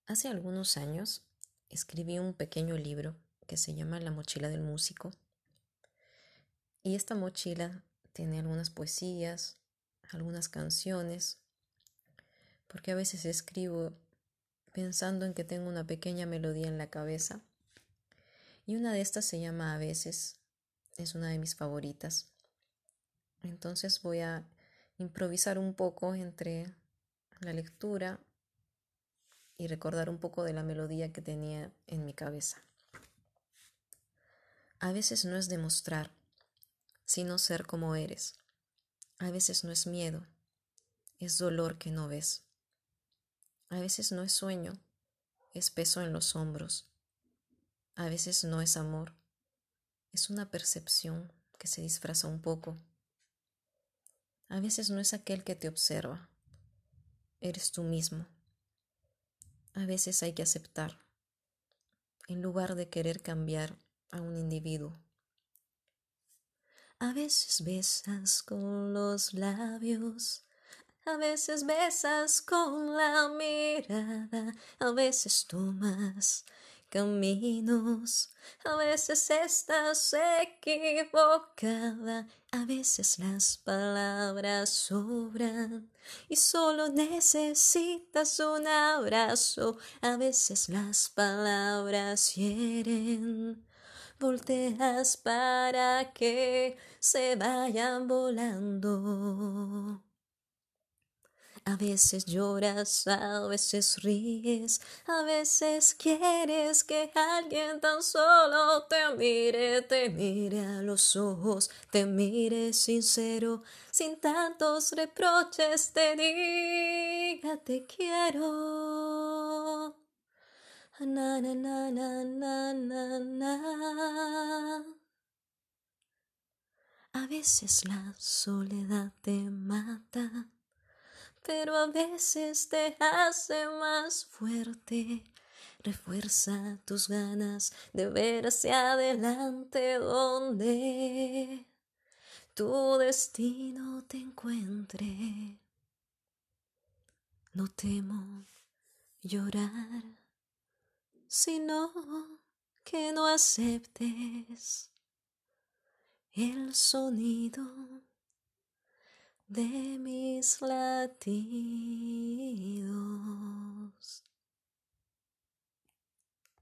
Hace algunos años escribí un pequeño libro que se llama La mochila del músico, y esta mochila tiene algunas poesías, algunas canciones, porque a veces escribo pensando en que tengo una pequeña melodía en la cabeza, y una de estas se llama A veces, es una de mis favoritas. Entonces voy a improvisar un poco entre la lectura y recordar un poco de la melodía que tenía en mi cabeza. A veces no es demostrar, sino ser como eres. A veces no es miedo, es dolor que no ves. A veces no es sueño, es peso en los hombros. A veces no es amor, es una percepción que se disfraza un poco. A veces no es aquel que te observa, eres tú mismo. A veces hay que aceptar, en lugar de querer cambiar a un individuo. A veces besas con los labios, a veces besas con la mirada, a veces tomas caminos, a veces estás equivocada, a veces las palabras sobran y solo necesitas un abrazo, a veces las palabras hieren. Volteas para que se vayan volando. A veces lloras, a veces ríes, a veces quieres que alguien tan solo te mire a los ojos, te mire sincero, sin tantos reproches, te diga te quiero. Na na na na na na na. A veces la soledad te mata, pero a veces te hace más fuerte. Refuerza tus ganas de ver hacia adelante donde tu destino te encuentre. No temo llorar, sino que no aceptes el sonido de mis latidos.